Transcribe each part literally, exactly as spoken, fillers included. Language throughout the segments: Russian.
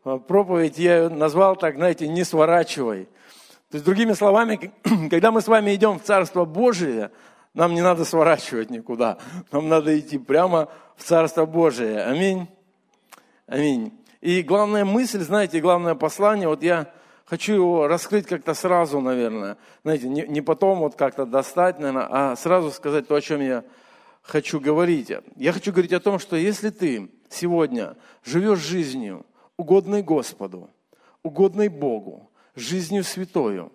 проповедь я ее назвал так, знаете, «Не сворачивай». То есть, другими словами, когда мы с вами идем в Царство Божие, нам не надо сворачивать никуда. Нам надо идти прямо в Царство Божие. Аминь. Аминь. И главная мысль, знаете, главное послание, вот я хочу его раскрыть как-то сразу, наверное. Знаете, не, не потом вот как-то достать, наверное, а сразу сказать то, о чем я хочу говорить. Я хочу говорить о том, что если ты сегодня живешь жизнью, угодной Господу, угодной Богу, жизнью святою,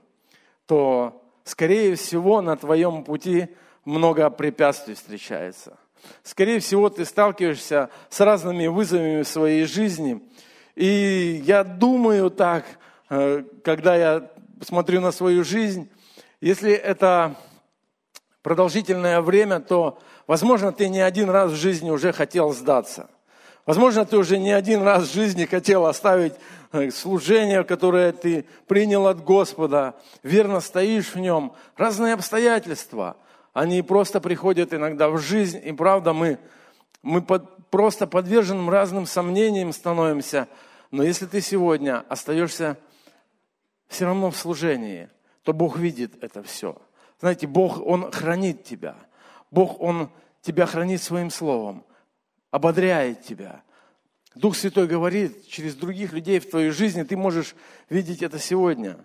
то, скорее всего, на твоем пути много препятствий встречается. Скорее всего, ты сталкиваешься с разными вызовами в своей жизни. И я думаю так, когда я смотрю на свою жизнь, если это продолжительное время, то, возможно, ты не один раз в жизни уже хотел сдаться. Возможно, ты уже не один раз в жизни хотел оставить служение, которое ты принял от Господа, верно стоишь в нем. Разные обстоятельства, они просто приходят иногда в жизнь, и правда мы, мы под, просто подверженным разным сомнениям становимся. Но если ты сегодня остаешься все равно в служении, то Бог видит это все. Знаете, Бог, Он хранит тебя. Бог, Он тебя хранит своим словом, ободряет тебя. Дух Святой говорит через других людей в твоей жизни, ты можешь видеть это сегодня.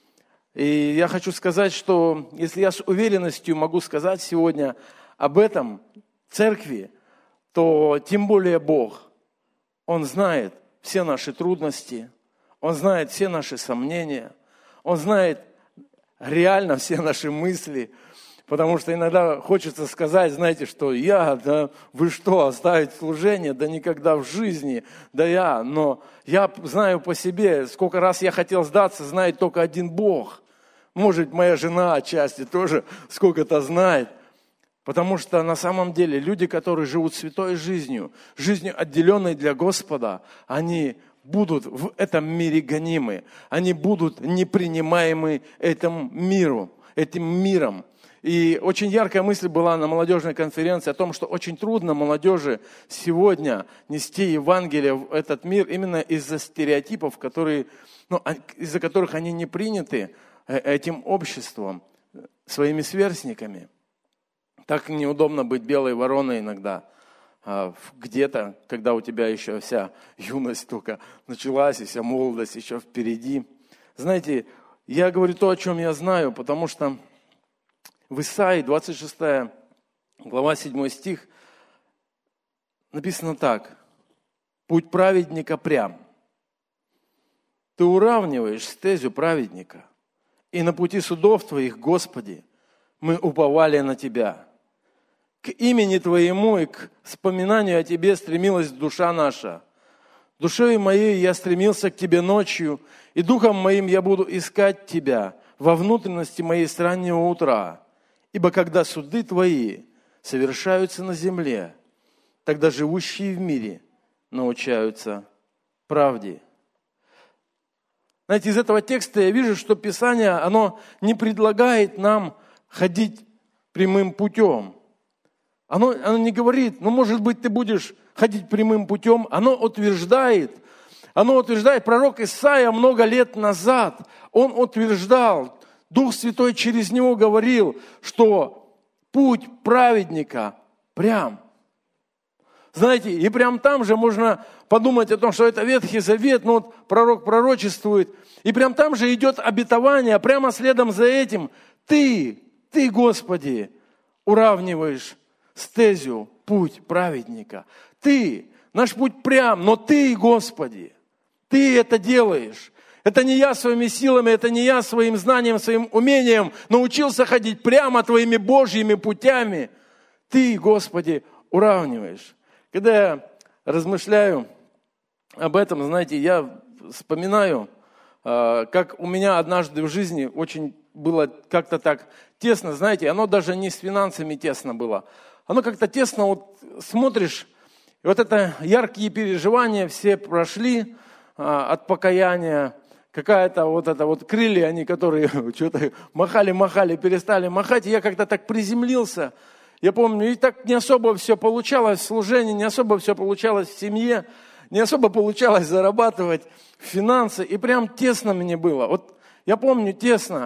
И я хочу сказать, что если я с уверенностью могу сказать сегодня об этом церкви, то тем более Бог, Он знает все наши трудности, Он знает все наши сомнения, Он знает реально все наши мысли, потому что иногда хочется сказать, знаете, что я, да вы что, оставить служение? Да никогда в жизни, да я. Но я знаю по себе, сколько раз я хотел сдаться, знает только один Бог. Может, моя жена отчасти тоже сколько-то знает. Потому что на самом деле люди, которые живут святой жизнью, жизнью отделенной для Господа, они будут в этом мире гонимы. Они будут непринимаемы этому миру, этим миром. И очень яркая мысль была на молодежной конференции о том, что очень трудно молодежи сегодня нести Евангелие в этот мир именно из-за стереотипов, которые, ну, из-за которых они не приняты этим обществом, своими сверстниками. Так неудобно быть белой вороной иногда, где-то, когда у тебя еще вся юность только началась, и вся молодость еще впереди. Знаете, я говорю то, о чем я знаю, потому что в Исаии, двадцать шестая глава, седьмой стих, написано так. «Путь праведника прям. Ты уравниваешь стезю праведника, и на пути судов твоих, Господи, мы уповали на Тебя. К имени Твоему и к вспоминанию о Тебе стремилась душа наша. Душою моей я стремился к Тебе ночью, и духом моим я буду искать Тебя во внутренности моей с раннего утра. Ибо когда суды Твои совершаются на земле, тогда живущие в мире научаются правде». Знаете, из этого текста я вижу, что Писание, оно не предлагает нам ходить прямым путем. Оно, оно не говорит, ну, может быть, ты будешь ходить прямым путем. Оно утверждает, оно утверждает, пророк Исаия много лет назад, он утверждал, Дух Святой через него говорил, что путь праведника прям. Знаете, и прям там же можно подумать о том, что это Ветхий Завет, ну вот пророк пророчествует, и прям там же идет обетование, прямо следом за этим ты, ты, Господи, уравниваешь стезю, путь праведника. Ты, наш путь прям, но Ты, Господи, Ты это делаешь. Это не я своими силами, это не я своим знанием, своим умением научился ходить прямо Твоими Божьими путями. Ты, Господи, уравниваешь. Когда я размышляю об этом, знаете, я вспоминаю, как у меня однажды в жизни очень было как-то так тесно, знаете, оно даже не с финансами тесно было. Оно как-то тесно, вот смотришь, и вот это яркие переживания все прошли от покаяния, какая-то вот это вот крылья, они, которые что-то махали-махали, перестали махать, и я как-то так приземлился. Я помню, и так не особо все получалось в служении, не особо все получалось в семье, не особо получалось зарабатывать финансы, и прям тесно мне было. Вот я помню, тесно.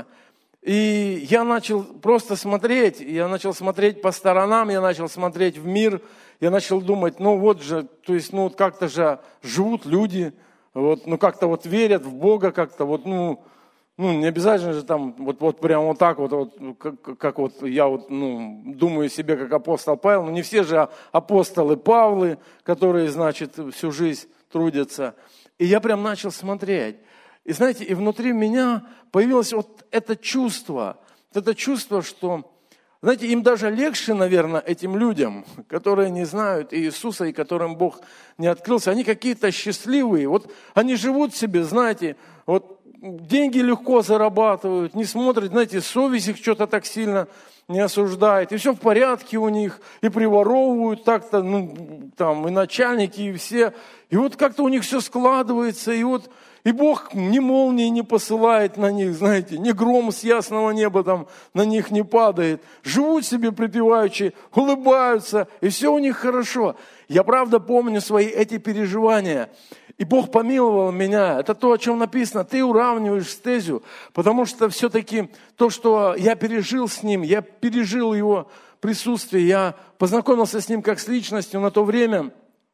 И я начал просто смотреть, я начал смотреть по сторонам, я начал смотреть в мир, я начал думать, ну вот же, то есть, ну вот как-то же живут люди, вот, ну как-то вот верят в Бога, как-то вот, ну, ну не обязательно же там вот, вот прям вот так вот, вот как, как вот я вот, ну, думаю себе, как апостол Павел, но не все же апостолы Павлы, которые, значит, всю жизнь трудятся. И я прям начал смотреть. И знаете, и внутри меня появилось вот это чувство, вот это чувство, что, знаете, им даже легче, наверное, этим людям, которые не знают Иисуса и которым Бог не открылся, они какие-то счастливые, вот они живут себе, знаете, вот деньги легко зарабатывают, не смотрят, знаете, совесть их что-то так сильно не осуждает, и все в порядке у них, и приворовывают так-то, ну, там, и начальники, и все, и вот как-то у них все складывается, и вот И Бог ни молнии не посылает на них, знаете, ни гром с ясного неба там на них не падает. Живут себе припеваючи, улыбаются, и все у них хорошо. Я правда помню свои эти переживания. И Бог помиловал меня. Это то, о чем написано. Ты уравниваешь с Тезю, потому что все-таки то, что я пережил с ним, я пережил его присутствие, я познакомился с ним как с личностью на то время,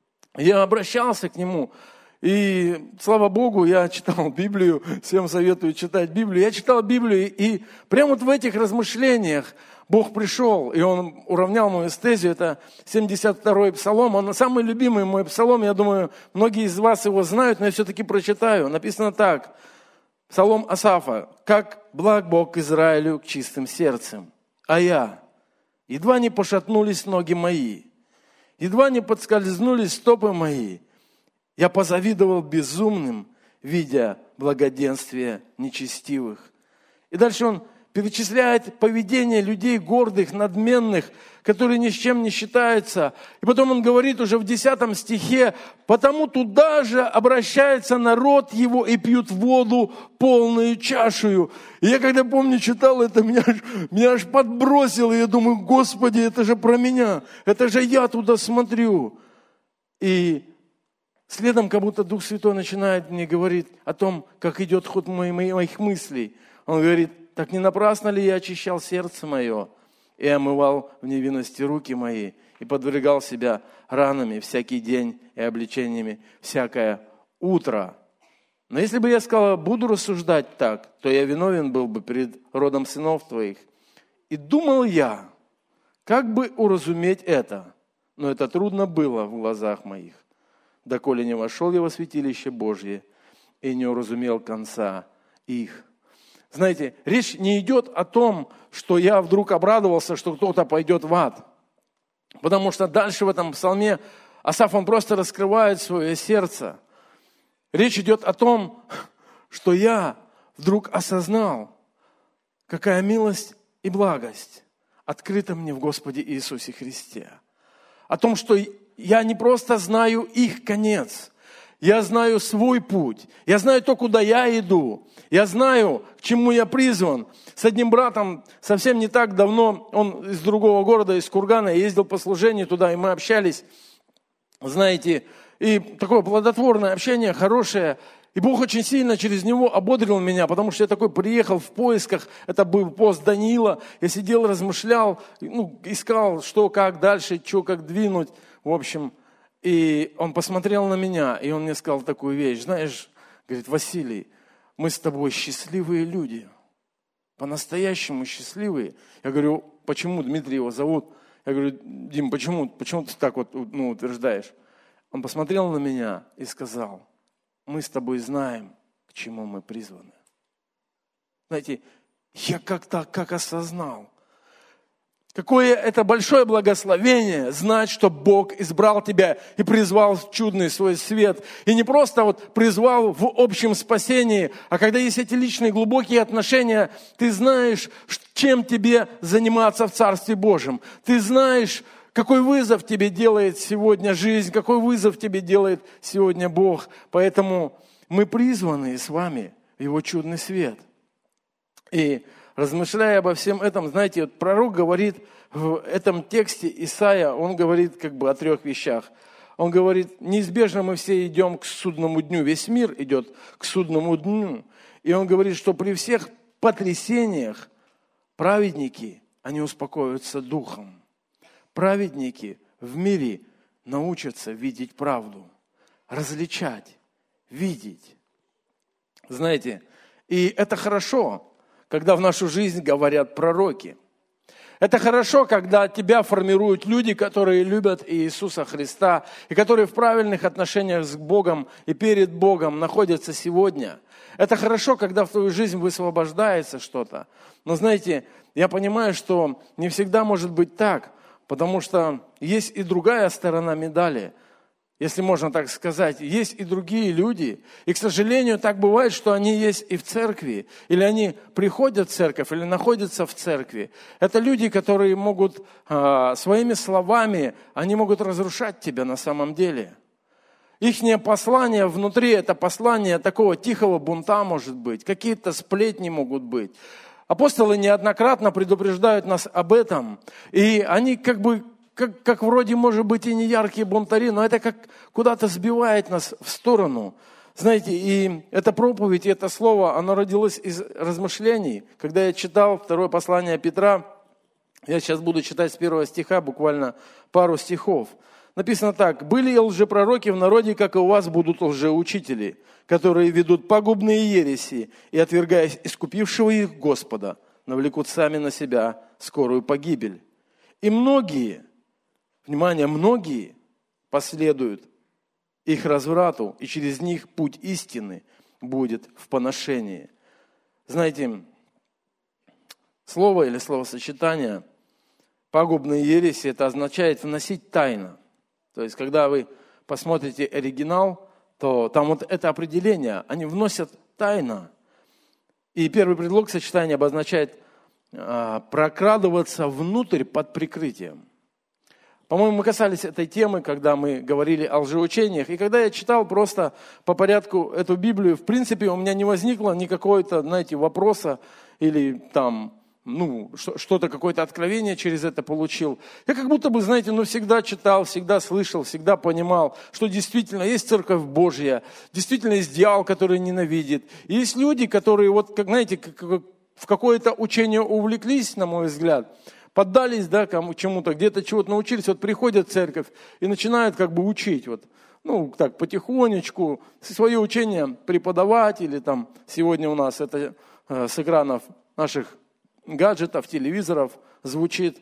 я обращался к нему. И, слава Богу, я читал Библию, всем советую читать Библию. Я читал Библию, и прямо вот в этих размышлениях Бог пришел, и Он уравнял мою эстезию. Это семьдесят второй псалом. Он самый любимый мой псалом. Я думаю, многие из вас его знают, но я все-таки прочитаю. Написано так. Псалом Асафа. «Как благ Бог Израилю к чистым сердцем, а я, едва не пошатнулись ноги мои, едва не подскользнулись стопы мои. Я позавидовал безумным, видя благоденствие нечестивых». И дальше он перечисляет поведение людей гордых, надменных, которые ни с чем не считаются. И потом он говорит уже в десятом стихе, «Потому туда же обращается народ его и пьют воду полную чашею». И я когда, помню, читал это, меня, меня аж подбросило, и я думаю, Господи, это же про меня, это же я туда смотрю. И следом как будто Дух Святой начинает мне говорить о том, как идет ход моих мыслей. Он говорит, так не напрасно ли я очищал сердце мое и омывал в невинности руки мои и подвергал себя ранами всякий день и обличениями всякое утро. Но если бы я сказал, буду рассуждать так, то я виновен был бы перед родом сынов твоих. И думал я, как бы уразуметь это, но это трудно было в глазах моих. Доколе не вошел я во святилище Божье и не уразумел конца их. Знаете, речь не идет о том, что я вдруг обрадовался, что кто-то пойдет в ад. Потому что дальше в этом псалме Асаф, он просто раскрывает свое сердце. Речь идет о том, что я вдруг осознал, какая милость и благость открыта мне в Господе Иисусе Христе. О том, что я не просто знаю их конец, я знаю свой путь, я знаю то, куда я иду, я знаю, к чему я призван. С одним братом совсем не так давно, он из другого города, из Кургана, я ездил по служению туда, и мы общались, знаете, и такое плодотворное общение, хорошее. И Бог очень сильно через него ободрил меня, потому что я такой приехал в поисках, это был пост Даниила, я сидел, размышлял, ну, искал, что, как дальше, что, как двинуть, в общем. И он посмотрел на меня, и он мне сказал такую вещь, знаешь, говорит, Василий, мы с тобой счастливые люди, по-настоящему счастливые. Я говорю, почему, Дмитрий его зовут? Я говорю, Дим, почему, почему ты так вот ну, утверждаешь? Он посмотрел на меня и сказал, мы с тобой знаем, к чему мы призваны. Знаете, я как-то как осознал, какое это большое благословение знать, что Бог избрал тебя и призвал в чудный свой свет. И не просто вот призвал в общем спасении, а когда есть эти личные глубокие отношения, ты знаешь, чем тебе заниматься в Царстве Божьем. Ты знаешь, какой вызов тебе делает сегодня жизнь, какой вызов тебе делает сегодня Бог. Поэтому мы призваны с вами в Его чудный свет. И размышляя обо всем этом, знаете, вот пророк говорит в этом тексте, Исаия, он говорит как бы о трех вещах. Он говорит, неизбежно мы все идем к судному дню. Весь мир идет к судному дню. И он говорит, что при всех потрясениях праведники, они успокоятся духом. Праведники в мире научатся видеть правду, различать, видеть. Знаете, и это хорошо, когда в нашу жизнь говорят пророки. Это хорошо, когда тебя формируют люди, которые любят Иисуса Христа и которые в правильных отношениях с Богом и перед Богом находятся сегодня. Это хорошо, когда в твою жизнь высвобождается что-то. Но знаете, я понимаю, что не всегда может быть так, потому что есть и другая сторона медали. Если можно так сказать, есть и другие люди. И, к сожалению, так бывает, что они есть и в церкви, или они приходят в церковь, или находятся в церкви. Это люди, которые могут э, своими словами, они могут разрушать тебя на самом деле. Ихнее послание внутри, это послание такого тихого бунта может быть, какие-то сплетни могут быть. Апостолы неоднократно предупреждают нас об этом, и они как бы Как, как вроде, может быть, и не яркие бунтари, но это как куда-то сбивает нас в сторону. Знаете, и эта проповедь, и это слово, оно родилось из размышлений. Когда я читал второе послание Петра, я сейчас буду читать с первого стиха, буквально пару стихов. Написано так. «Были и лжепророки в народе, как и у вас будут лжеучители, которые ведут пагубные ереси и, отвергаясь искупившего их Господа, навлекут сами на себя скорую погибель. И многие...» Внимание, многие последуют их разврату, и через них путь истины будет в поношении. Знаете, слово или словосочетание «пагубные ереси» это означает вносить тайно. То есть, когда вы посмотрите оригинал, то там вот это определение, они вносят тайно. И первый предлог сочетания обозначает а, прокрадываться внутрь под прикрытием. По-моему, мы касались этой темы, когда мы говорили о лжеучениях. И когда я читал просто по порядку эту Библию, в принципе, у меня не возникло никакого-то, знаете, вопроса или там, ну, что-то, какое-то откровение через это получил. Я как будто бы, знаете, ну, всегда читал, всегда слышал, всегда понимал, что действительно есть Церковь Божья, действительно есть дьявол, который ненавидит. И есть люди, которые, вот, как, знаете, как, в какое-то учение увлеклись, на мой взгляд, поддались, да, кому, чему-то, где-то чего-то научились, вот приходят в церковь и начинают как бы учить, вот, ну, так, потихонечку, свое учение преподавать, или там, сегодня у нас это э, с экранов наших гаджетов, телевизоров звучит.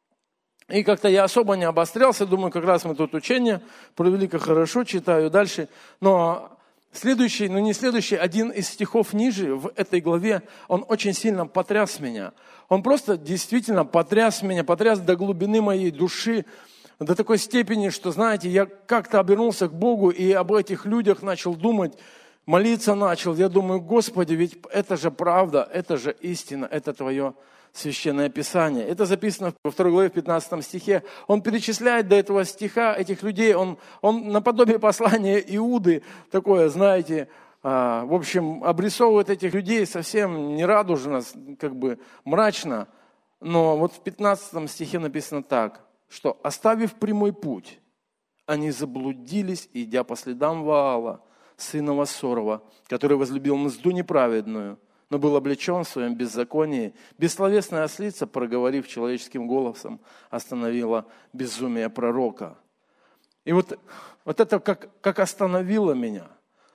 И как-то я особо не обострялся, думаю, как раз мы тут учение провели, как хорошо, читаю дальше, но... Следующий, ну не следующий, один из стихов ниже в этой главе, он очень сильно потряс меня. Он просто действительно потряс меня, потряс до глубины моей души, до такой степени, что, знаете, я как-то обернулся к Богу и об этих людях начал думать, молиться начал. Я думаю, Господи, ведь это же правда, это же истина, это Твое Священное Писание. Это записано во второй главе, в пятнадцатом стихе. Он перечисляет до этого стиха этих людей, он, он наподобие послания Иуды, такое, знаете, в общем, обрисовывает этих людей совсем нерадужно, как бы мрачно. Но вот в пятнадцатом стихе написано так, что оставив прямой путь, они заблудились, идя по следам Ваала, сына Вассорова, который возлюбил мзду неправедную, но был облечен в своем беззаконии. Бессловесная ослица, проговорив человеческим голосом, остановила безумие пророка. И вот, вот это как, как остановило меня.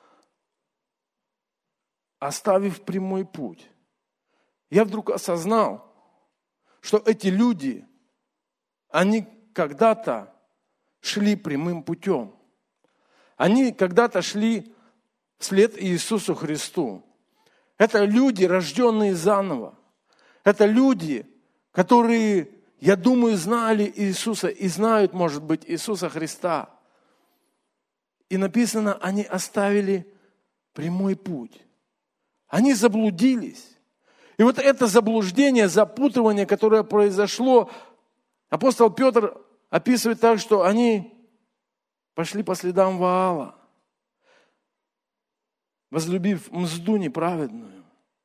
Оставив прямой путь. Я вдруг осознал, что эти люди, они когда-то шли прямым путем. Они когда-то шли вслед Иисусу Христу. Это люди, рожденные заново. Это люди, которые, я думаю, знали Иисуса и знают, может быть, Иисуса Христа. И написано, они оставили прямой путь. Они заблудились. И вот это заблуждение, запутывание, которое произошло, апостол Петр описывает так, что они пошли по следам Ваала, возлюбив мзду неправедную.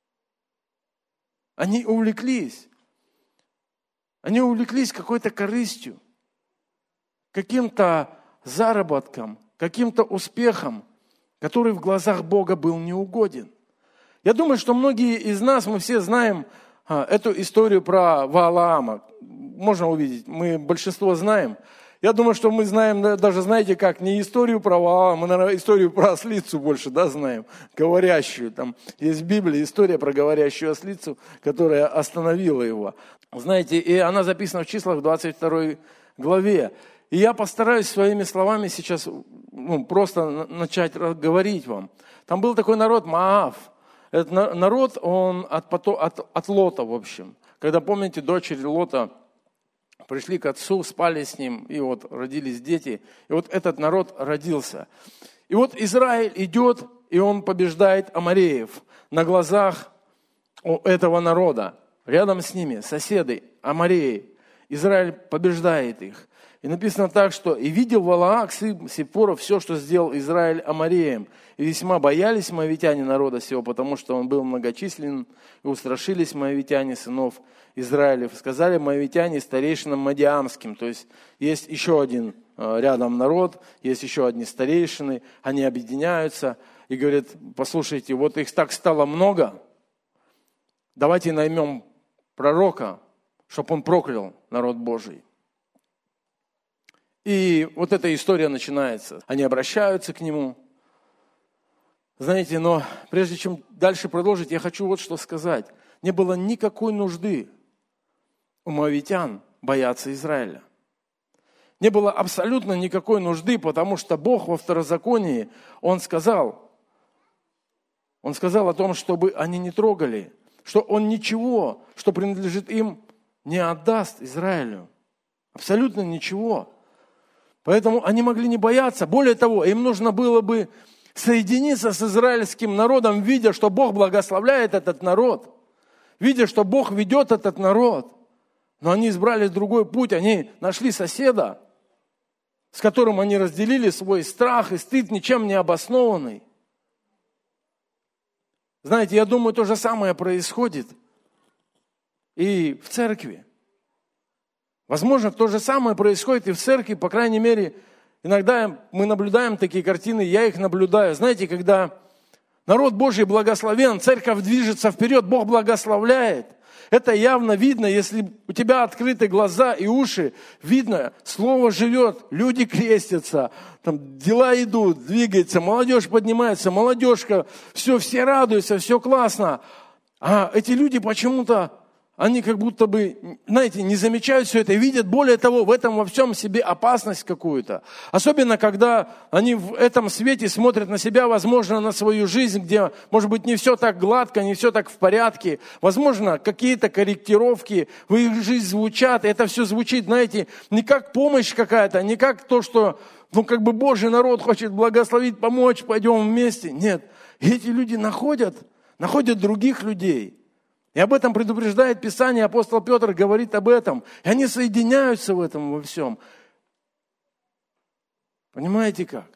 Они увлеклись. Они увлеклись какой-то корыстью, каким-то, заработком, каким-то успехом, который в глазах Бога был неугоден. Я думаю, что многие из нас, мы все знаем а, эту историю про Ваалаама. Можно увидеть, мы большинство знаем. Я думаю, что мы знаем, даже знаете как, не историю про Ваалаама, мы, наверное, историю про ослицу больше, да, знаем, говорящую. Там есть в Библии история про говорящую ослицу, которая остановила его. Знаете, и она записана в числах в двадцать второй главе. И я постараюсь своими словами сейчас ну, просто начать говорить вам. Там был такой народ Моав. Этот народ, он от, от, от Лота, в общем. Когда, помните, дочери Лота пришли к отцу, спали с ним, и вот родились дети. И вот этот народ родился. И вот Израиль идет, и он побеждает амореев на глазах у этого народа. Рядом с ними соседи, амореи. Израиль побеждает их. И написано так, что «И видел Валаак, сын Сиппора, все, что сделал Израиль амореям. И весьма боялись моавитяне народа сего, потому что он был многочислен, и устрашились моавитяне сынов Израилев. Сказали моавитяне старейшинам мадиамским». То есть есть еще один рядом народ, есть еще одни старейшины, они объединяются и говорят: послушайте, вот их так стало много, давайте наймем пророка, чтобы он проклял народ Божий. И вот эта история начинается. Они обращаются к нему. Знаете, но прежде чем дальше продолжить, я хочу вот что сказать. Не было никакой нужды у моавитян бояться Израиля. Не было абсолютно никакой нужды, потому что Бог во Второзаконии, Он сказал, Он сказал о том, чтобы они не трогали, что Он ничего, что принадлежит им, не отдаст Израилю. Абсолютно ничего. Поэтому они могли не бояться. Более того, им нужно было бы соединиться с израильским народом, видя, что Бог благословляет этот народ, видя, что Бог ведет этот народ. Но они избрали другой путь, они нашли соседа, с которым они разделили свой страх и стыд, ничем не обоснованный. Знаете, я думаю, то же самое происходит и в церкви. Возможно, то же самое происходит и в церкви, по крайней мере, иногда мы наблюдаем такие картины, я их наблюдаю. Знаете, когда народ Божий благословен, церковь движется вперед, Бог благословляет. Это явно видно, если у тебя открыты глаза и уши, видно, слово живет, люди крестятся, там дела идут, двигаются, молодежь поднимается, молодежка, все, все радуются, все классно. А эти люди почему-то, они как будто бы, знаете, не замечают все это и видят, более того, в этом во всем себе опасность какую-то. Особенно, когда они в этом свете смотрят на себя, возможно, на свою жизнь, где, может быть, не все так гладко, не все так в порядке. Возможно, какие-то корректировки в их жизнь звучат, и это все звучит, знаете, не как помощь какая-то, не как то, что, ну, как бы Божий народ хочет благословить, помочь, пойдем вместе. Нет, и эти люди находят, находят других людей. И об этом предупреждает Писание, апостол Петр говорит об этом. И они соединяются в этом во всем. Понимаете как?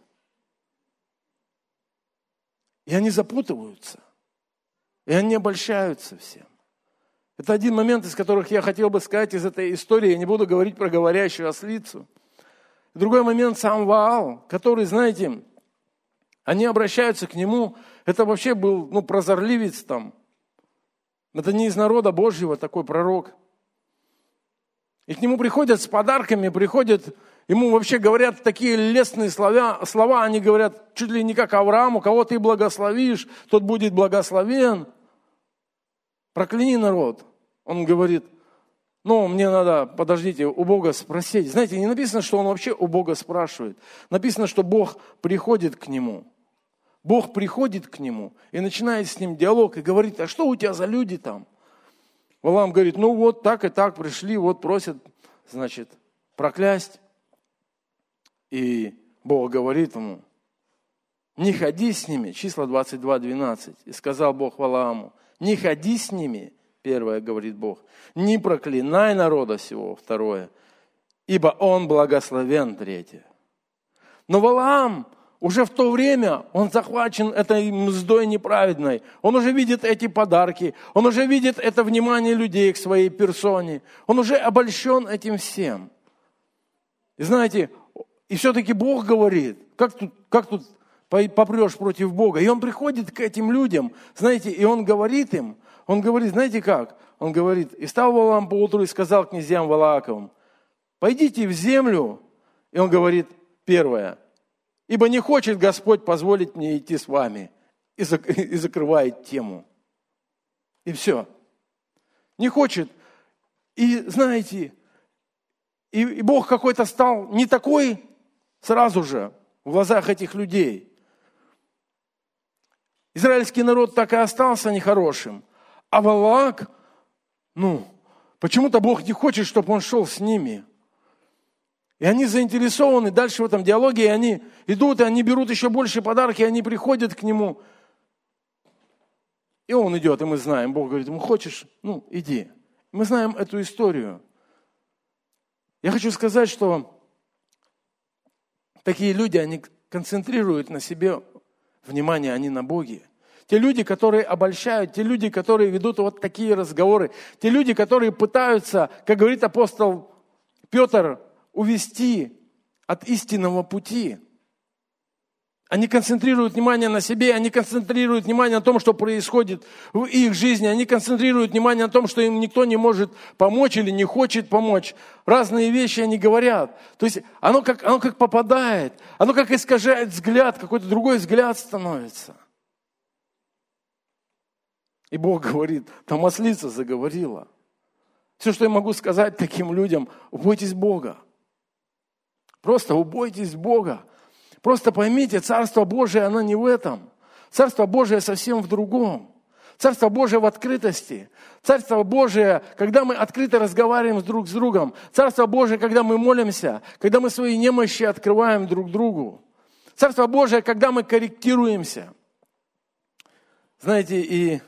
И они запутываются. И они обольщаются всем. Это один момент, из которых я хотел бы сказать из этой истории. Я не буду говорить про говорящую ослицу. Другой момент, сам Ваал, который, знаете, они обращаются к нему. Это вообще был, ну, прозорливец там. Это не из народа Божьего такой пророк. И к нему приходят с подарками, приходят, ему вообще говорят такие лестные слова, слова, они говорят чуть ли не как Аврааму: кого ты благословишь, тот будет благословен. Прокляни народ. Он говорит: ну, мне надо, подождите, у Бога спросить. Знаете, не написано, что он вообще у Бога спрашивает. Написано, что Бог приходит к нему. Бог приходит к нему и начинает с ним диалог и говорит: а что у тебя за люди там? Валаам говорит: ну вот так и так пришли, вот просят, значит, проклясть. И Бог говорит ему: не ходи с ними, числа двадцать два двенадцать. И сказал Бог Валааму: не ходи с ними, первое, говорит Бог, не проклинай народа сего, второе, ибо он благословен, третье. Но Валаам уже в то время он захвачен этой мздой неправедной. Он уже видит эти подарки. Он уже видит это внимание людей к своей персоне. Он уже обольщен этим всем. И знаете, И все-таки Бог говорит, как тут, как тут попрешь против Бога? И он приходит к этим людям, знаете, и он говорит им, он говорит, знаете как? Он говорит, и стал Валаам поутру и сказал князьям Валааковым, пойдите в землю. И он говорит, первое, ибо не хочет Господь позволить мне идти с вами. И, зак- и закрывает тему. И все. Не хочет. И знаете, и, и Бог какой-то стал не такой сразу же в глазах этих людей. Израильский народ так и остался нехорошим. А Валаак, ну, почему-то Бог не хочет, чтобы он шел с ними. И они заинтересованы дальше в этом диалоге, и они идут, и они берут еще больше подарки, и они приходят к нему. И он идет, и мы знаем, Бог говорит ему, хочешь, ну, иди. Мы знаем эту историю. Я хочу сказать, что такие люди, они концентрируют на себе внимание, они на Боге. Те люди, которые обольщают, те люди, которые ведут вот такие разговоры, те люди, которые пытаются, как говорит апостол Петр, увести от истинного пути. Они концентрируют внимание на себе, они концентрируют внимание на том, что происходит в их жизни, они концентрируют внимание на том, что им никто не может помочь или не хочет помочь. Разные вещи они говорят. То есть оно как, оно как попадает, оно как искажает взгляд, какой-то другой взгляд становится. И Бог говорит, там ослица заговорила. Все, что я могу сказать таким людям, убойтесь Бога. Просто убойтесь Бога. Просто поймите, Царство Божие, оно не в этом. Царство Божие совсем в другом. Царство Божие в открытости. Царство Божие, когда мы открыто разговариваем друг с другом. Царство Божие, когда мы молимся, когда мы свои немощи открываем друг другу. Царство Божие, когда мы корректируемся. Знаете, и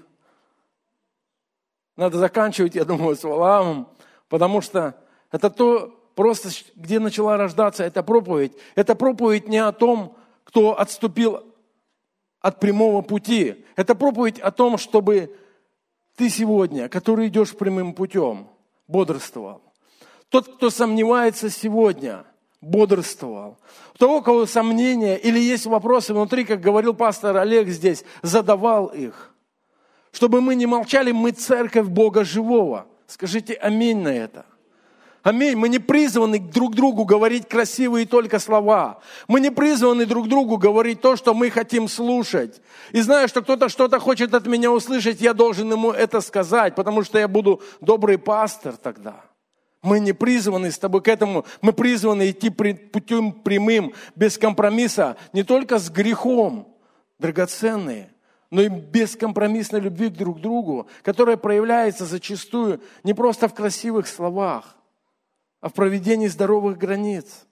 надо заканчивать, я думаю, с Валаамом, потому что это то, просто где начала рождаться эта проповедь. Это проповедь не о том, кто отступил от прямого пути. Это проповедь о том, чтобы ты сегодня, который идешь прямым путем, бодрствовал. Тот, кто сомневается сегодня, бодрствовал. У того, у кого сомнения или есть вопросы внутри, как говорил пастор Олег здесь, задавал их. Чтобы мы не молчали, мы церковь Бога живого. Скажите аминь на это. Аминь. Мы не призваны друг другу говорить красивые только слова. Мы не призваны друг другу говорить то, что мы хотим слушать. И зная, что кто-то что-то хочет от меня услышать, я должен ему это сказать, потому что я буду добрый пастор тогда. Мы не призваны с тобой к этому. Мы призваны идти путем прямым, без компромисса, не только с грехом, драгоценные, но и бескомпромиссной любви друг к другу, которая проявляется зачастую не просто в красивых словах, а в проведении здоровых границ.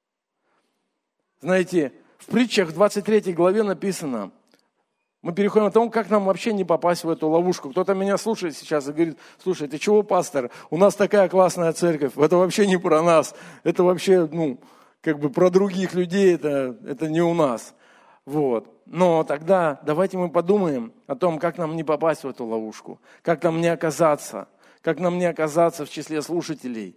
Знаете, в притчах в двадцать третьей главе написано, мы переходим к тому, как нам вообще не попасть в эту ловушку. Кто-то меня слушает сейчас и говорит, слушай, ты чего, пастор, у нас такая классная церковь, это вообще не про нас, это вообще, ну, как бы про других людей, это, это не у нас. Вот. Но тогда давайте мы подумаем о том, как нам не попасть в эту ловушку, как нам не оказаться, как нам не оказаться в числе слушателей.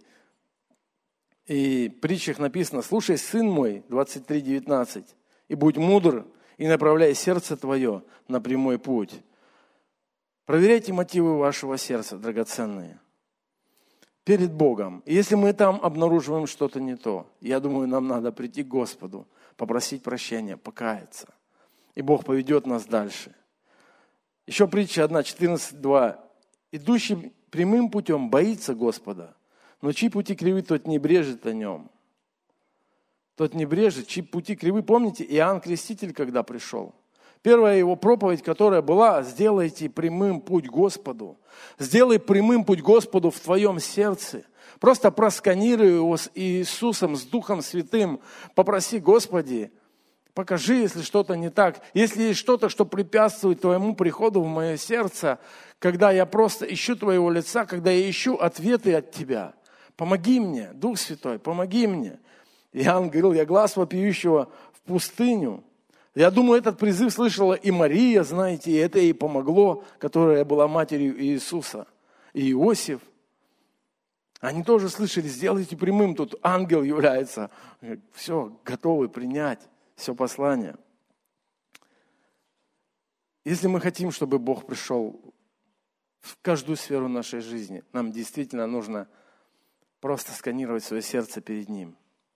И в притчах написано, слушай, сын мой, двадцать три девятнадцать, и будь мудр, и направляй сердце твое на прямой путь. Проверяйте мотивы вашего сердца, драгоценные, перед Богом. И если мы там обнаруживаем что-то не то, я думаю, нам надо прийти к Господу, попросить прощения, покаяться. И Бог поведет нас дальше. Еще притча одна, четырнадцать два. Идущий прямым путем боится Господа, но чьи пути кривы, тот не брежет о нем. Тот не брежет, чьи пути кривы. Помните, Иоанн Креститель, когда пришел? Первая его проповедь, которая была, сделайте прямым путь Господу. Сделай прямым путь Господу в твоем сердце. Просто просканируй его с Иисусом, с Духом Святым. Попроси, Господи, покажи, если что-то не так. Если есть что-то, что препятствует твоему приходу в мое сердце, когда я просто ищу твоего лица, когда я ищу ответы от тебя. Помоги мне, Дух Святой, помоги мне. Иоанн говорил, я глас вопиющего в пустыню. Я думаю, этот призыв слышала и Мария, знаете, и это ей помогло, которая была матерью Иисуса. И Иосиф. Они тоже слышали, сделайте прямым, тут ангел является. Все, готовы принять все послание. Если мы хотим, чтобы Бог пришел в каждую сферу нашей жизни, нам действительно нужно просто сканировать свое сердце перед Ним.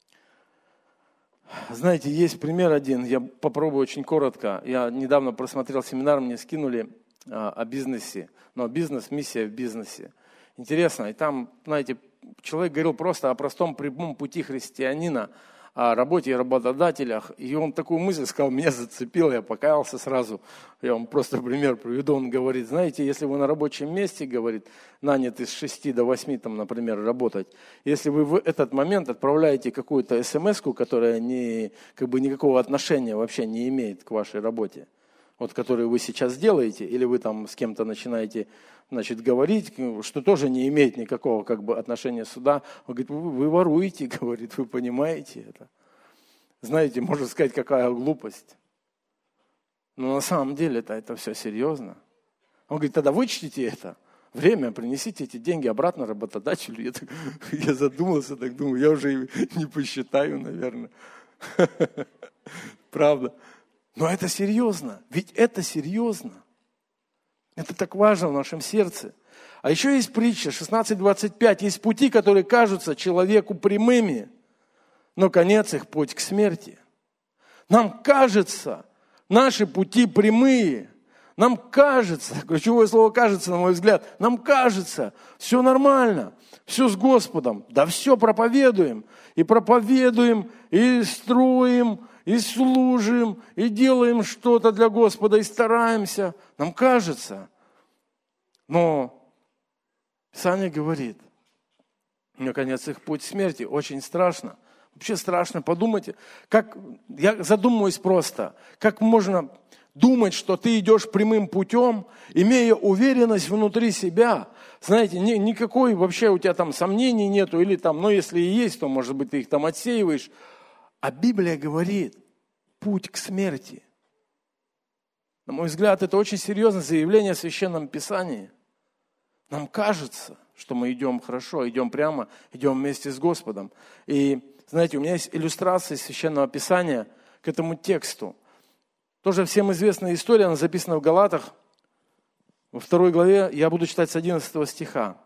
Знаете, есть пример один, я попробую очень коротко. Я недавно просмотрел семинар, мне скинули а, о бизнесе, но бизнес, миссия в бизнесе. Интересно, и там, знаете, человек говорил просто о простом прямом пути христианина, о работе и работодателях, и он такую мысль сказал, меня зацепило, я покаялся сразу. Я вам просто пример приведу. Он говорит, знаете, если вы на рабочем месте, говорит, наняты с шести до восьми, там, например, работать, если вы в этот момент отправляете какую-то смс-ку, которая не, как бы никакого отношения вообще не имеет к вашей работе, вот, которую вы сейчас делаете, или вы там с кем-то начинаете, значит, говорить, что тоже не имеет никакого как бы отношения сюда. Он говорит, вы, вы воруете, говорит, вы понимаете это. Знаете, можно сказать, какая глупость. Но на самом деле это, это все серьезно. Он говорит, тогда вычтите это время, принесите эти деньги обратно работодателю. Я, так, я задумался, так думаю, я уже не посчитаю, наверное. Правда. Но это серьезно, ведь это серьезно. Это так важно в нашем сердце. А еще есть притча шестнадцать двадцать пять. Есть пути, которые кажутся человеку прямыми, но конец их путь к смерти. Нам кажется, наши пути прямые. Нам кажется, ключевое слово кажется, на мой взгляд, нам кажется, все нормально, все с Господом. Да все проповедуем. И проповедуем, и строим, и служим, и делаем что-то для Господа, и стараемся. Нам кажется. Но Писание говорит, наконец, их путь смерти очень страшно. Вообще страшно. Подумайте, как, я задумываюсь просто, как можно думать, что ты идешь прямым путем, имея уверенность внутри себя. Знаете, ни, никакой вообще у тебя там сомнений нету, или там, ну если и есть, то, может быть, ты их там отсеиваешь. А Библия говорит, путь к смерти. На мой взгляд, это очень серьезное заявление в Священном Писании. Нам кажется, что мы идем хорошо, идем прямо, идем вместе с Господом. И, знаете, у меня есть иллюстрация Священного Писания к этому тексту. Тоже всем известная история, она записана в Галатах. Во второй главе я буду читать с одиннадцатого стиха.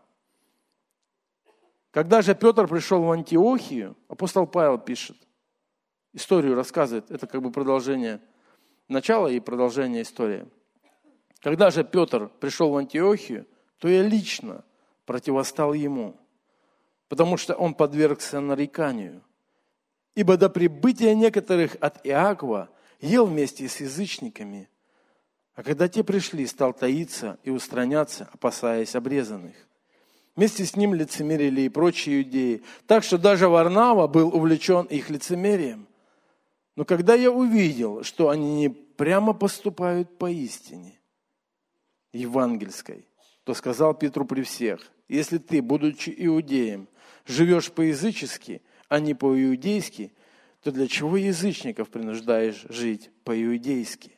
Когда же Петр пришел в Антиохию, апостол Павел пишет, историю рассказывает, это как бы продолжение начала и продолжение истории. Когда же Петр пришел в Антиохию, то я лично противостал ему, потому что он подвергся нареканию. Ибо до прибытия некоторых от Иакова ел вместе с язычниками, а когда те пришли, стал таиться и устраняться, опасаясь обрезанных. Вместе с ним лицемерили и прочие иудеи, так что даже Варнава был увлечен их лицемерием. Но когда я увидел, что они не прямо поступают по истине евангельской, то сказал Петру при всех, если ты, будучи иудеем, живешь по-язычески, а не по-иудейски, то для чего язычников принуждаешь жить по-иудейски?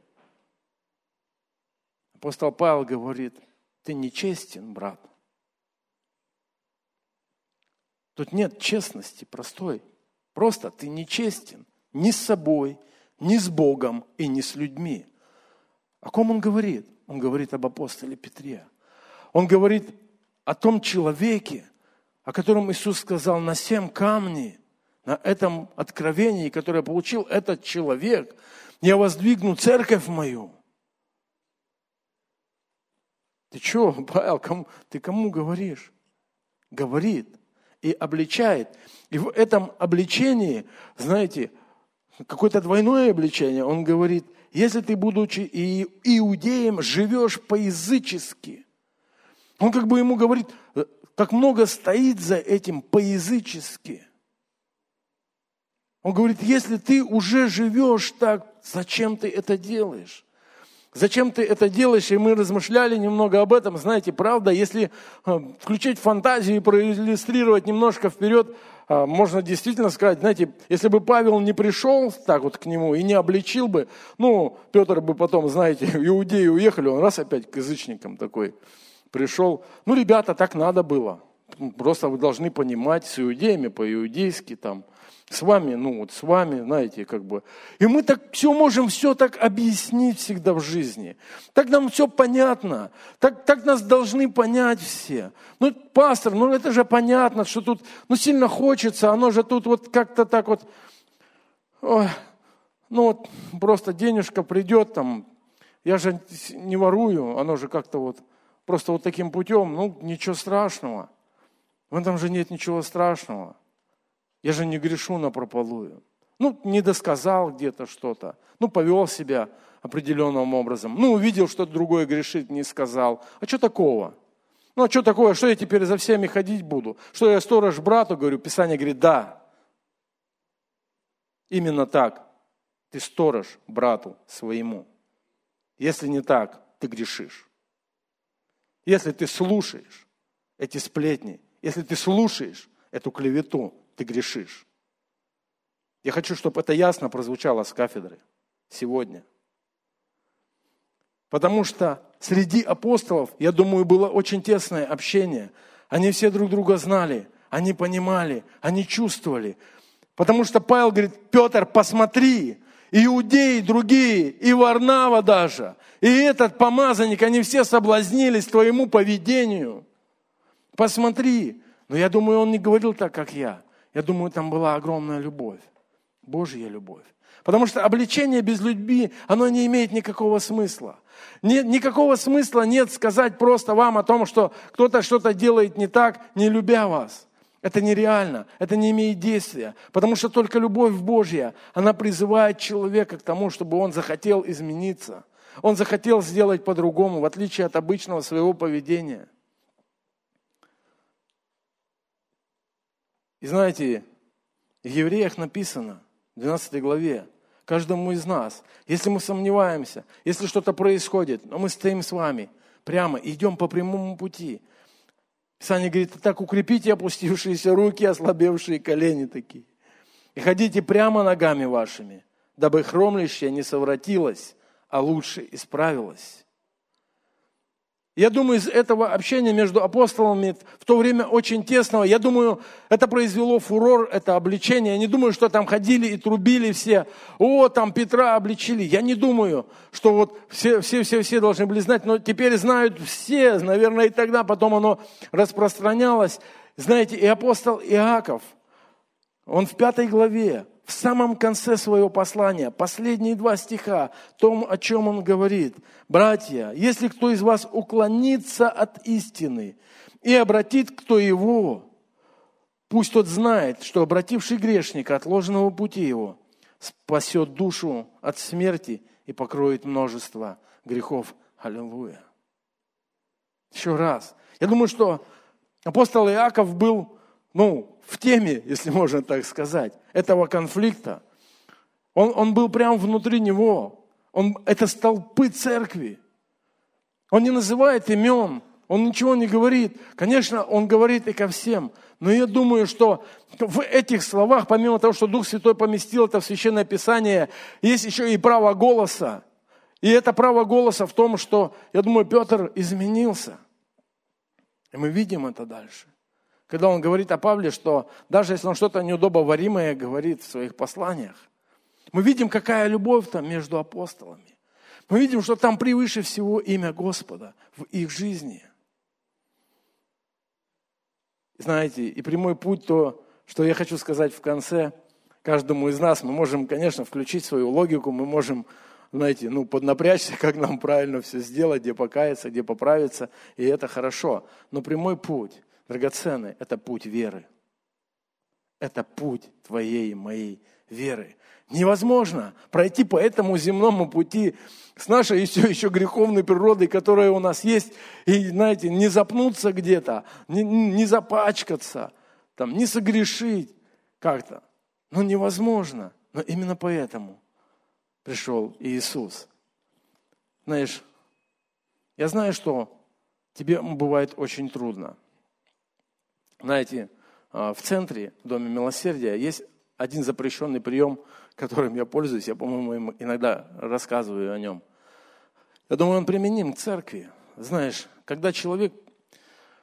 Апостол Павел говорит, ты нечестен, брат. Тут нет честности простой. Просто ты нечестен ни с собой, ни с Богом и ни с людьми. О ком он говорит? Он говорит об апостоле Петре. Он говорит о том человеке, о котором Иисус сказал, на семь камней, на этом откровении, которое получил этот человек, я воздвигну церковь мою. Ты что, Павел, кому, ты кому говоришь? Говорит и обличает. И в этом обличении, знаете, какое-то двойное обличение. Он говорит, если ты, будучи иудеем, живешь по-язычески. Он как бы ему говорит, как много стоит за этим по-язычески. Он говорит, если ты уже живешь так, зачем ты это делаешь? Зачем ты это делаешь? И мы размышляли немного об этом. Знаете, правда, если включить фантазию и проиллюстрировать немножко вперед, можно действительно сказать, знаете, если бы Павел не пришел так вот к нему и не обличил бы, ну, Петр бы потом, знаете, иудеи уехали, он раз опять к язычникам такой пришел. Ну, ребята, так надо было. просто вы должны понимать с иудеями по-иудейски там, с вами, ну вот с вами, знаете, как бы. И мы так все можем все так объяснить всегда в жизни. Так нам все понятно. Так, так нас должны понять все. Ну, пастор, ну это же понятно, что тут, ну сильно хочется, оно же тут вот как-то так вот, ой, ну вот просто денежка придет там, я же не ворую, оно же как-то вот, просто вот таким путем, ну ничего страшного. В этом же нет ничего страшного. Я же не грешу напропалую. Ну, не досказал где-то что-то. Ну, повел себя определенным образом. Ну, увидел, что другой грешит, не сказал. А что такого? Ну, а что такое? Что я теперь за всеми ходить буду? Что я сторож брату говорю? Писание говорит, да. Именно так. Ты сторож брату своему. Если не так, ты грешишь. Если ты слушаешь эти сплетни, если ты слушаешь эту клевету, ты грешишь. Я хочу, чтобы это ясно прозвучало с кафедры сегодня. Потому что среди апостолов, я думаю, было очень тесное общение. Они все друг друга знали, они понимали, они чувствовали. Потому что Павел говорит, Петр, посмотри, иудеи другие, и Варнава даже, и этот помазанник, они все соблазнились твоему поведению. Посмотри. Но я думаю, он не говорил так, как я. Я думаю, там была огромная любовь, Божья любовь. Потому что обличение без любви, оно не имеет никакого смысла. Нет, никакого смысла нет сказать просто вам о том, что кто-то что-то делает не так, не любя вас. Это нереально, это не имеет действия. Потому что только любовь Божья, она призывает человека к тому, чтобы он захотел измениться. Он захотел сделать по-другому, в отличие от обычного своего поведения. И знаете, в Евреях написано, в двенадцатой главе, каждому из нас, если мы сомневаемся, если что-то происходит, но мы стоим с вами прямо, идем по прямому пути. Писание говорит, так укрепите опустившиеся руки, ослабевшие колени такие. И ходите прямо ногами вашими, дабы хромлящее не совратилось, а лучше исправилось. Я думаю, из этого общения между апостолами в то время очень тесного, я думаю, это произвело фурор, это обличение. Я не думаю, что там ходили и трубили все, о, там Петра обличили. Я не думаю, что вот все, все, все, все должны были знать, но теперь знают все, наверное, и тогда потом оно распространялось. Знаете, и апостол Иаков, он в пятой главе, в самом конце своего послания, последние два стиха, том, о чем он говорит. Братья, если кто из вас уклонится от истины и обратит кто его, пусть тот знает, что обративший грешника от ложного пути его спасет душу от смерти и покроет множество грехов. Аллилуйя. Еще раз. Я думаю, что апостол Иаков был, ну, в теме, если можно так сказать, этого конфликта. Он, он был прямо внутри него. Он, это столпы церкви. Он не называет имен, он ничего не говорит. Конечно, он говорит и ко всем. Но я думаю, что в этих словах, помимо того, что Дух Святой поместил это в Священное Писание, есть еще и право голоса. И это право голоса в том, что, я думаю, Петр изменился. И мы видим это дальше. Когда он говорит о Павле, что даже если он что-то неудобоваримое говорит в своих посланиях, мы видим, какая любовь там между апостолами. Мы видим, что там превыше всего имя Господа в их жизни. Знаете, и прямой путь, то, что я хочу сказать в конце, каждому из нас, мы можем, конечно, включить свою логику, мы можем, знаете, ну, поднапрячься, как нам правильно все сделать, где покаяться, где поправиться, и это хорошо. Но прямой путь, драгоценный, это путь веры. Это путь твоей, моей веры. Невозможно пройти по этому земному пути с нашей еще, еще греховной природой, которая у нас есть, и, знаете, не запнуться где-то, не, не запачкаться, там, не согрешить как-то. Ну, невозможно. Но именно поэтому пришел Иисус. Знаешь, я знаю, что тебе бывает очень трудно. Знаете, в центре, в Доме Милосердия, есть один запрещенный прием, которым я пользуюсь. Я, по-моему, иногда рассказываю о нем. Я думаю, он применим к церкви. Знаешь, когда человек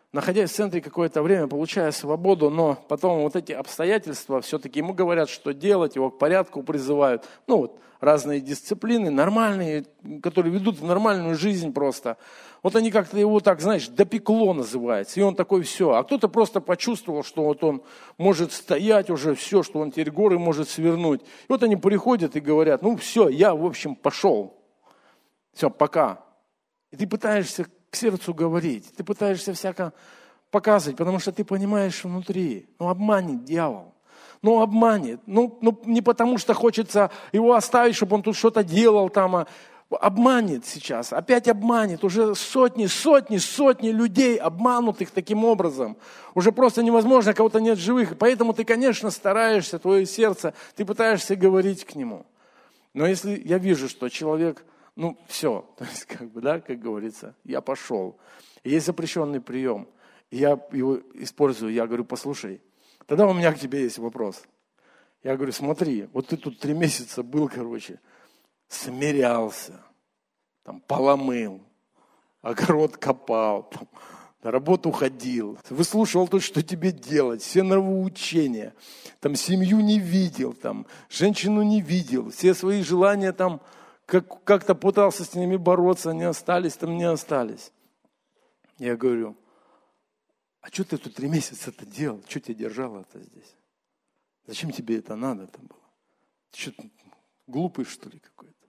находясь в центре какое-то время, получая свободу, но потом вот эти обстоятельства все-таки ему говорят, что делать, его к порядку призывают. Ну вот разные дисциплины, нормальные, которые ведут в нормальную жизнь просто. Вот они как-то его так, знаешь, допекло называется. И он такой все. А кто-то просто почувствовал, что вот он может стоять уже все, что он теперь горы может свернуть. И вот они приходят и говорят, ну все, я в общем пошел. Все, пока. И ты пытаешься к сердцу говорить, ты пытаешься всяко показывать, потому что ты понимаешь внутри, ну обманет дьявол, ну обманет, ну, ну не потому что хочется его оставить, чтобы он тут что-то делал там, а обманет сейчас, опять обманет, уже сотни, сотни, сотни людей обманутых таким образом, уже просто невозможно, кого-то нет живых, поэтому ты, конечно, стараешься, твое сердце, ты пытаешься говорить к нему, но если я вижу, что человек... Ну, все, то есть, как бы, да, как говорится, я пошел. Есть запрещенный прием, я его использую, я говорю, послушай, тогда у меня к тебе есть вопрос. Я говорю, смотри, вот ты тут три месяца был, короче, смирялся, там, поломыл, огород копал, там, на работу ходил, выслушивал то, что тебе делать, все нравоучения, там, семью не видел, там, женщину не видел, все свои желания там, Как, как-то пытался с ними бороться, не остались, там не остались. Я говорю, а что ты тут три месяца-то делал? Что тебя держало-то здесь? Зачем тебе это надо-то было? Ты что, глупый, что ли, какой-то?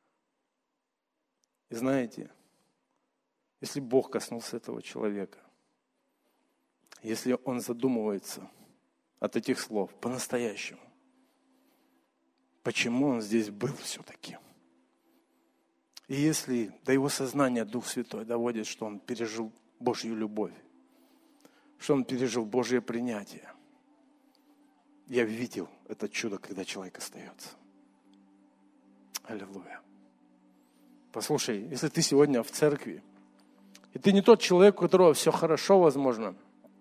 И знаете, если Бог коснулся этого человека, если он задумывается от этих слов по-настоящему, почему он здесь был все-таки? И если до его сознания Дух Святой доводит, что он пережил Божью любовь, что он пережил Божье принятие, я видел это чудо, когда человек остается. Аллилуйя. Послушай, если ты сегодня в церкви, и ты не тот человек, у которого все хорошо, возможно,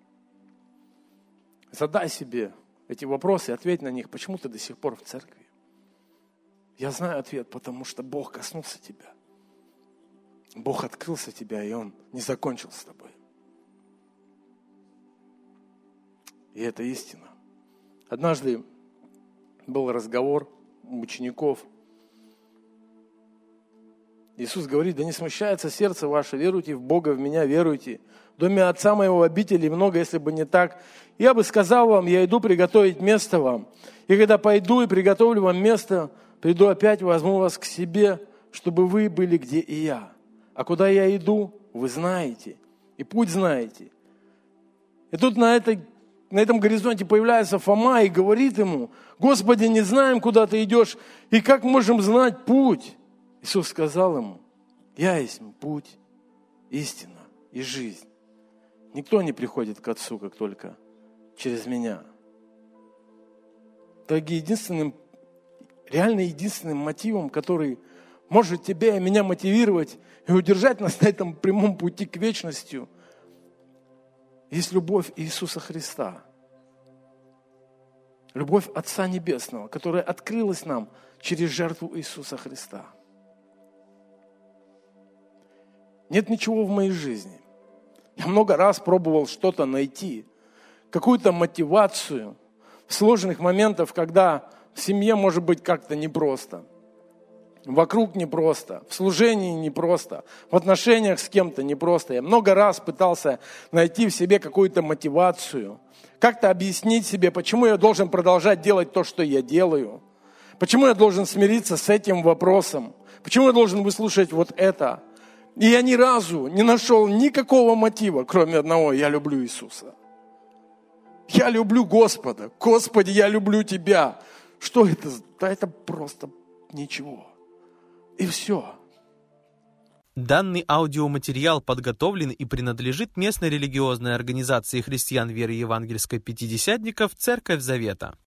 задай себе эти вопросы, ответь на них, почему ты до сих пор в церкви. Я знаю ответ, потому что Бог коснулся тебя. Бог открылся тебя, и Он не закончил с тобой. И это истина. Однажды был разговор у учеников. Иисус говорит, да не смущается сердце ваше, веруйте в Бога, в Меня веруйте. В доме Отца Моего обителей много, если бы не так. Я бы сказал вам, я иду приготовить место вам. И когда пойду и приготовлю вам место, приду опять, возьму вас к себе, чтобы вы были, где и я. А куда я иду, вы знаете, и путь знаете. И тут на, этой, на этом горизонте появляется Фома и говорит ему, Господи, не знаем, куда ты идешь, и как можем знать путь? Иисус сказал ему, я есть путь, истина и жизнь. Никто не приходит к Отцу, как только через Меня. Так единственным, реально единственным мотивом, который может тебя и меня мотивировать и удержать нас на этом прямом пути к вечности, есть любовь Иисуса Христа. Любовь Отца Небесного, которая открылась нам через жертву Иисуса Христа. Нет ничего в моей жизни. Я много раз пробовал что-то найти, какую-то мотивацию в сложных моментах, когда в семье может быть как-то непросто, вокруг непросто, в служении непросто, в отношениях с кем-то непросто. Я много раз пытался найти в себе какую-то мотивацию, как-то объяснить себе, почему я должен продолжать делать то, что я делаю, почему я должен смириться с этим вопросом, почему я должен выслушать вот это. И я ни разу не нашел никакого мотива, кроме одного: я люблю Иисуса. Я люблю Господа. Господи, я люблю Тебя. Что это? Да это просто ничего. И все. Данный аудиоматериал подготовлен и принадлежит местной религиозной организации христиан веры евангельской пятидесятников «Церковь Завета».